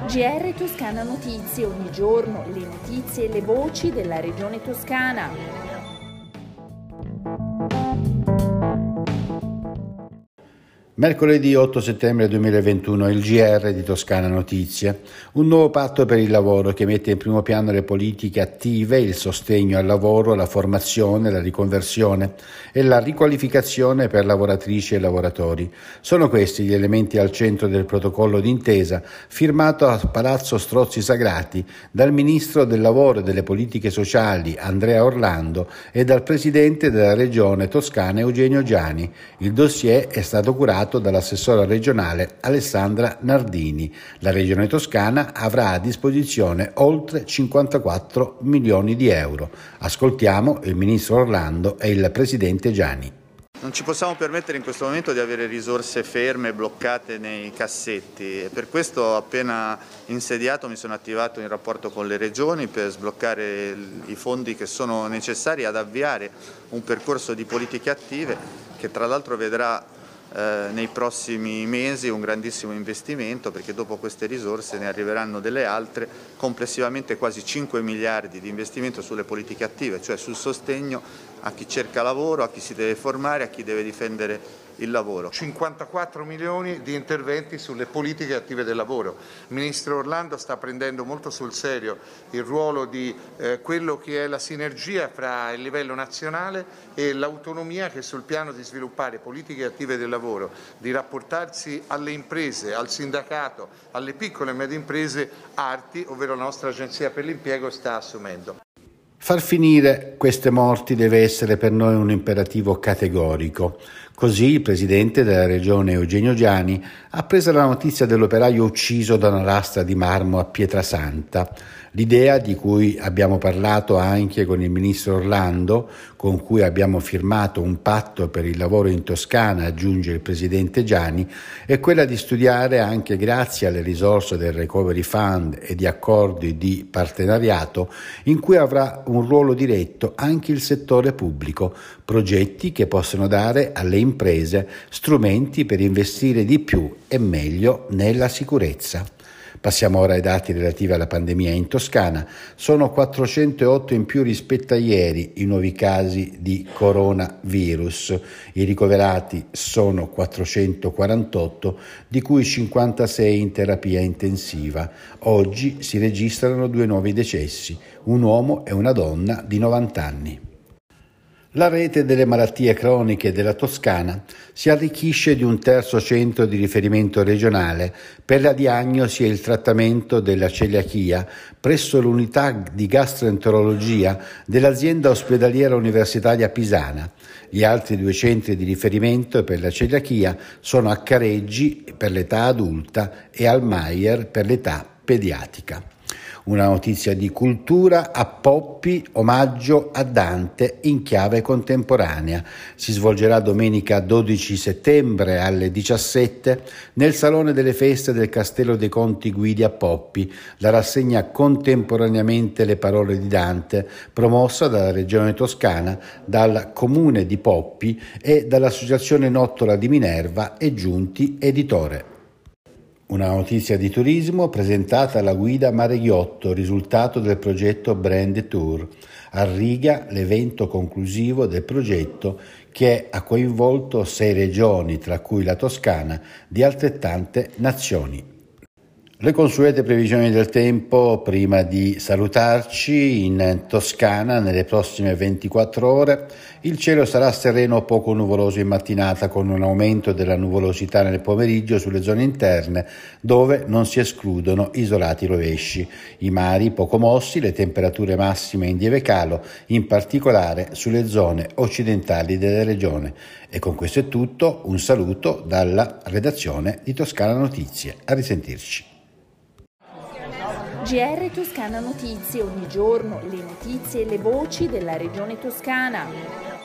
GR Toscana Notizie, ogni giorno le notizie e le voci della regione toscana. Mercoledì 8 settembre 2021 il GR di Toscana Notizie, un nuovo patto per il lavoro che mette in primo piano le politiche attive, il sostegno al lavoro, la formazione, la riconversione e la riqualificazione per lavoratrici e lavoratori. Sono questi gli elementi al centro del protocollo d'intesa firmato a Palazzo Strozzi Sagrati dal Ministro del Lavoro e delle Politiche Sociali Andrea Orlando e dal Presidente della Regione Toscana Eugenio Giani. Il dossier è stato curato dall'assessora regionale Alessandra Nardini. La Regione Toscana avrà a disposizione oltre 54 milioni di euro. Ascoltiamo il Ministro Orlando e il Presidente Giani. Non ci possiamo permettere in questo momento di avere risorse ferme, bloccate nei cassetti e per questo appena insediato mi sono attivato in rapporto con le regioni per sbloccare i fondi che sono necessari ad avviare un percorso di politiche attive che tra l'altro vedrà nei prossimi mesi un grandissimo investimento, perché dopo queste risorse ne arriveranno delle altre, complessivamente quasi 5 miliardi di investimento sulle politiche attive, cioè sul sostegno a chi cerca lavoro, a chi si deve formare, a chi deve difendere il lavoro. 54 milioni di interventi sulle politiche attive del lavoro. Il Ministro Orlando sta prendendo molto sul serio il ruolo di quello che è la sinergia fra il livello nazionale e l'autonomia che sul piano di sviluppare politiche attive del lavoro, di rapportarsi alle imprese, al sindacato, alle piccole e medie imprese, ARTI, ovvero la nostra Agenzia per l'Impiego, sta assumendo. Far finire queste morti deve essere per noi un imperativo categorico. Così il Presidente della Regione Eugenio Giani ha preso la notizia dell'operaio ucciso da una lastra di marmo a Pietrasanta. L'idea di cui abbiamo parlato anche con il Ministro Orlando, con cui abbiamo firmato un patto per il lavoro in Toscana, aggiunge il Presidente Giani, è quella di studiare anche grazie alle risorse del Recovery Fund e di accordi di partenariato in cui avrà un ruolo diretto anche il settore pubblico, progetti che possono dare alle imprese strumenti per investire di più e meglio nella sicurezza. Passiamo ora ai dati relativi alla pandemia in Toscana. Sono 408 in più rispetto a ieri i nuovi casi di coronavirus. I ricoverati sono 448, di cui 56 in terapia intensiva. Oggi si registrano 2 nuovi decessi, un uomo e una donna di 90 anni. La rete delle malattie croniche della Toscana si arricchisce di un terzo centro di riferimento regionale per la diagnosi e il trattamento della celiachia presso l'unità di gastroenterologia dell'azienda ospedaliera universitaria pisana. Gli altri 2 centri di riferimento per la celiachia sono a Careggi per l'età adulta e al Maier per l'età pediatrica. Una notizia di cultura: a Poppi, omaggio a Dante in chiave contemporanea. Si svolgerà domenica 12 settembre alle 17 nel Salone delle Feste del Castello dei Conti Guidi a Poppi, la rassegna Contemporaneamente le parole di Dante, promossa dalla Regione Toscana, dal Comune di Poppi e dall'Associazione Nottola di Minerva e Giunti Editore. Una notizia di turismo presentata alla guida Mare Ghiotto, risultato del progetto Brand Tour. A Riga l'evento conclusivo del progetto che ha coinvolto 6 regioni, tra cui la Toscana, di altrettante nazioni. Le consuete previsioni del tempo prima di salutarci. In Toscana nelle prossime 24 ore il cielo sarà sereno o poco nuvoloso in mattinata, con un aumento della nuvolosità nel pomeriggio sulle zone interne dove non si escludono isolati rovesci. I mari poco mossi, le temperature massime in lieve calo, in particolare sulle zone occidentali della regione. E con questo è tutto, un saluto dalla redazione di Toscana Notizie. A risentirci. GR Toscana Notizie, ogni giorno le notizie e le voci della regione toscana.